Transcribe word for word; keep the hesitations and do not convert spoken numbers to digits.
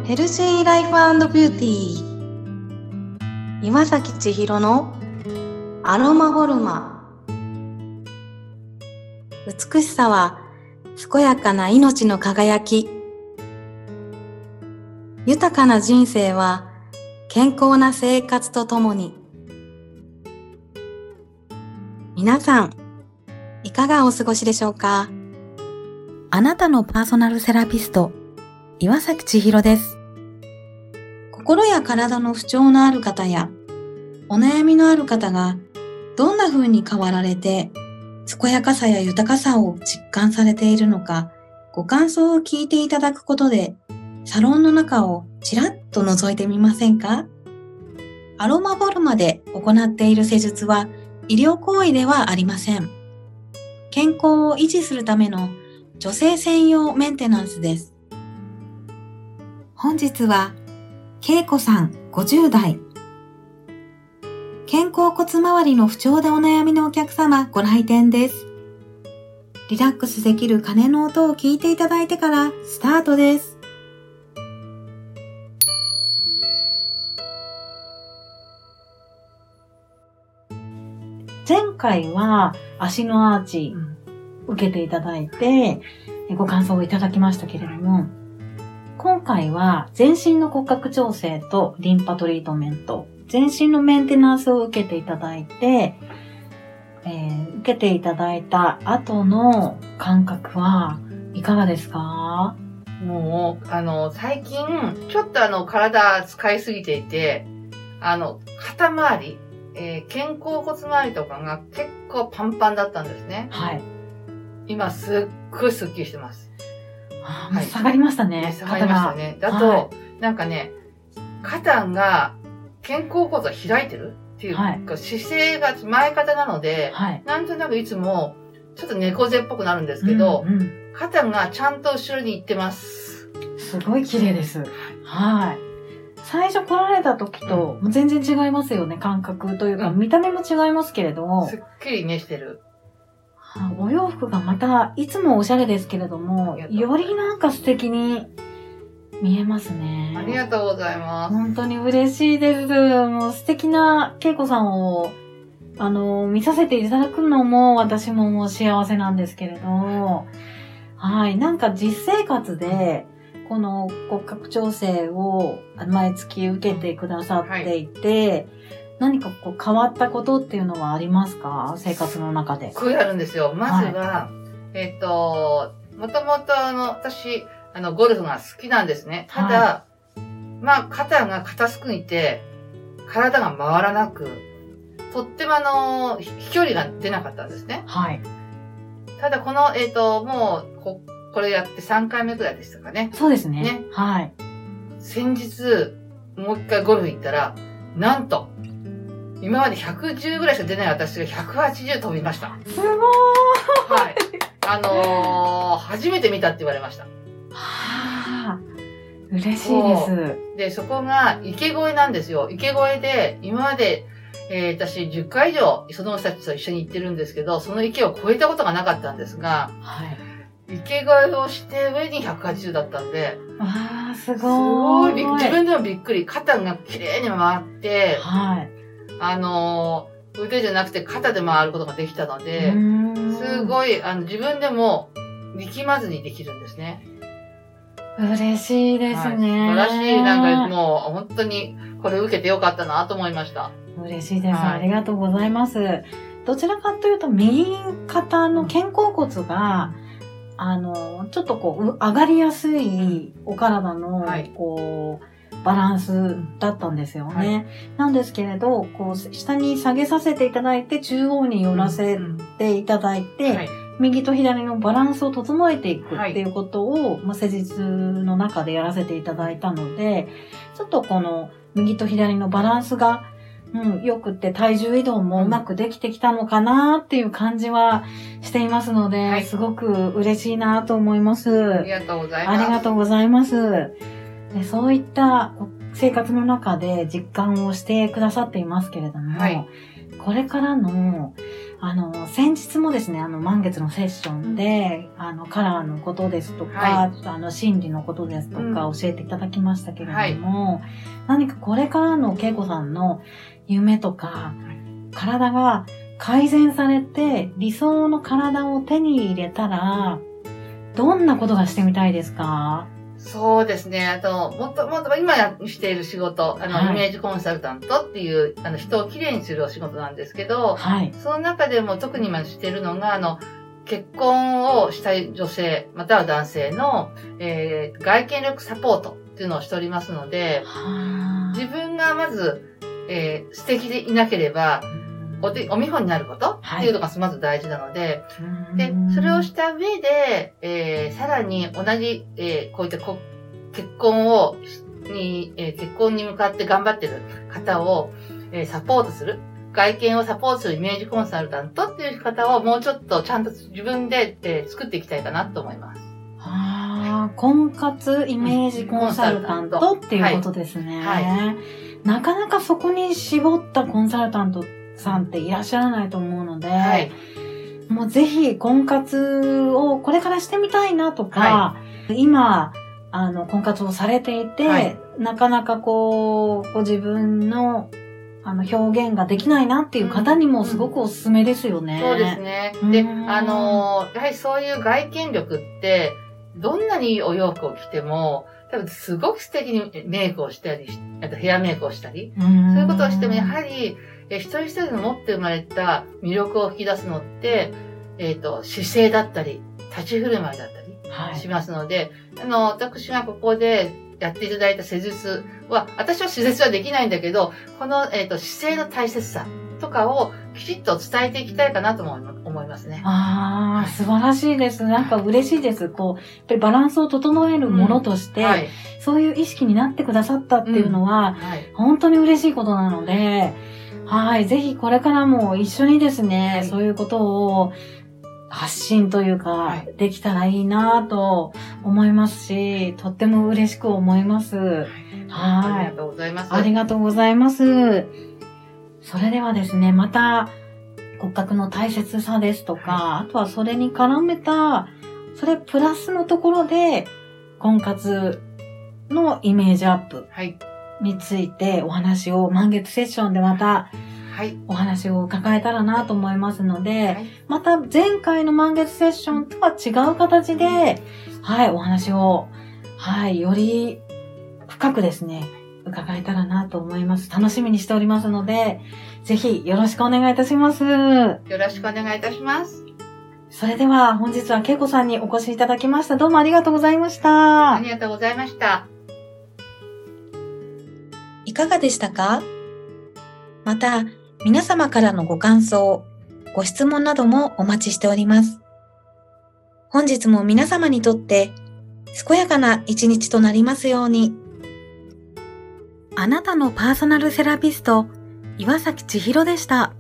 ヘルシーライフ&ビューティー、岩崎千尋のアロマフォルマ。美しさは健やかな命の輝き。豊かな人生は健康な生活とともに。皆さん、いかがお過ごしでしょうか？あなたのパーソナルセラピスト、岩崎千尋です。心や体の不調のある方や、お悩みのある方が、どんな風に変わられて、健やかさや豊かさを実感されているのか、ご感想を聞いていただくことで、サロンの中をちらっと覗いてみませんか？アロマフォルマで行っている施術は、医療行為ではありません。健康を維持するための女性専用メンテナンスです。本日は、けいこさんごじゅう代。肩甲骨周りの不調でお悩みのお客様ご来店です。リラックスできる鐘の音を聞いていただいてからスタートです。前回は足のアーチ受けていただいてご感想をいただきましたけれども、今回は全身の骨格調整とリンパトリートメント、全身のメンテナンスを受けていただいて、えー、受けていただいた後の感覚はいかがですか？ もう、あの、最近、ちょっとあの、体使いすぎていて、あの、肩周り、えー、肩甲骨周りとかが結構パンパンだったんですね。 はい。 今、すっごいスッキリしてます。 あ、はい、下がりましたね。 下がりましたね。だと、はい、なんかね、肩が、肩甲骨が開いてるっていうか、はい、姿勢が前肩なので、はい、なんとなくいつも、ちょっと猫背っぽくなるんですけど、うんうん、肩がちゃんと後ろに行ってます。 すごい綺麗です。はい。最初来られた時と、うん、全然違いますよね、感覚というか、うん、見た目も違いますけれども。 すっきりねしてる。 お洋服がまた、いつもおしゃれですけれども、よりなんか素敵に見えますね。 ありがとうございます。 本当に嬉しいです。もう素敵なけいこさんを、あの、見させていただくのも私ももう幸せなんですけれど、はい。なんか実生活で、この骨格調整を毎月受けてくださっていて、はい、何かこう変わったことっていうのはありますか？生活の中で。 すごいあるんですよ。まずは、はい、えっと、もともとあの、私、あの、ゴルフが好きなんですね。ただ、はい、まあ、肩が硬すぎて、体が回らなく、とってもあの、飛距離が出なかったんですね。 はい。 ただ、この、えっと、もうこ、これやってさんかいめくらいでしたかね。 そうですね。 ね。 はい。 先日、もう一回ゴルフ行ったら、なんと、今までひゃくじゅうぐらいしか出ない私がひゃくはちじゅう飛びました。 すごーい。 はい。あのー、初めて見たって言われました。 はぁ、嬉しいです。 で、そこが池越えなんですよ。池越えで、今まで、えー、私じゅっかい以上、その人たちと一緒に行ってるんですけど、その池を越えたことがなかったんですが、 はい。 池越えをして上にひゃくはちじゅうだったんで、 わー、すごい。 すごいびっくり。自分でもびっくり。肩が綺麗に回って、 はい。 あのー、腕じゃなくて肩で回ることができたので、すごい、あの、自分でも力まずにできるんですね。 嬉しいですね。 はい、素晴らしい。なんかもう、本当に、これ受けてよかったなと思いました。 嬉しいです。はい、ありがとうございます。どちらかというと、右肩の肩甲骨が、あの、ちょっとこう、上がりやすいお体の、はい、こう、バランスだったんですよね。はい、なんですけれど、こう、下に下げさせていただいて、中央に寄らせていただいて、うんうんはい、右と左のバランスを整えていくっていうことを、はい、まあ、施術の中でやらせていただいたので、ちょっとこの右と左のバランスが、うん、良くて体重移動もうまくできてきたのかなっていう感じはしていますので、はい、すごく嬉しいなと思います。 ありがとうございます。 ありがとうございます。で、そういった生活の中で実感をしてくださっていますけれども、はい、これからのあの、先日もですね、あの、満月のセッションで、あの、カラーのことですとか、 はい、 あの、心理のことですとか、教えていただきましたけれども、 はい、 何かこれからの恵子さんの夢とか、体が改善されて、理想の体を手に入れたら、どんなことがしてみたいですか？ そうですね。あと、もっともっと今している仕事、あの、はい、イメージコンサルタントっていう、あの、人をきれいにするお仕事なんですけど、はい、その中でも特に今しているのが、あの、結婚をしたい女性、または男性の、えー、外見力サポートっていうのをしておりますので、自分がまず、えー、素敵でいなければ、お, お見本になることっていうのがまず大事なので、はい、で、それをした上で、えー、さらに同じ、えー、こういったこ結婚を、に、えー、結婚に向かって頑張ってる方を、えー、サポートする。外見をサポートするイメージコンサルタントっていう方をもうちょっとちゃんと自分で、えー、作っていきたいかなと思います。 はあ、婚活イメージコンサルタントっていうことですね。はいはい、なかなかそこに絞ったコンサルタントさんっていらっしゃらないと思うので、はい、もうぜひ婚活をこれからしてみたいなとか、はい、今、あの、婚活をされていて、はい、なかなかこう、ご自分の、あの、表現ができないなっていう方にもすごくおすすめですよね。 うんうん、そうですね。で、あの、やはりそういう外見力って、どんなにお洋服を着ても、多分すごく素敵にメイクをしたり、あとヘアメイクをしたり、そういうことをしてもやはり、え一人一人の持って生まれた魅力を引き出すのって、えっと、姿勢だったり、立ち振る舞いだったりしますので、はい、あの、私がここでやっていただいた施術は、私は施術はできないんだけど、この、えっと、姿勢の大切さとかをきちっと伝えていきたいかなと思いますね。 ああ、素晴らしいです。なんか嬉しいです。こう、やっぱりバランスを整えるものとして、うんはい、そういう意識になってくださったっていうのは、うんはい、本当に嬉しいことなので、はい。ぜひこれからも一緒にですね、はい、そういうことを発信というか、はい、できたらいいなと思いますし、とっても嬉しく思います。はい。はいありがとうございます。 ありがとうございます。それではですね、また骨格の大切さですとか、はい、あとはそれに絡めた、それプラスのところで、婚活のイメージアップ。はい。についてお話を満月セッションでまたお話を伺えたらなと思いますので、はい、また前回の満月セッションとは違う形で、はい、お話を、はい、より深くですね、伺えたらなと思います。楽しみにしておりますので、ぜひよろしくお願いいたします。よろしくお願いいたします。 それでは本日は恵子さんにお越しいただきました。どうもありがとうございました。 ありがとうございました。 いかがでしたか？また、皆様からのご感想、ご質問などもお待ちしております。本日も皆様にとって健やかな一日となりますように。あなたのパーソナルセラピスト、岩崎千尋でした。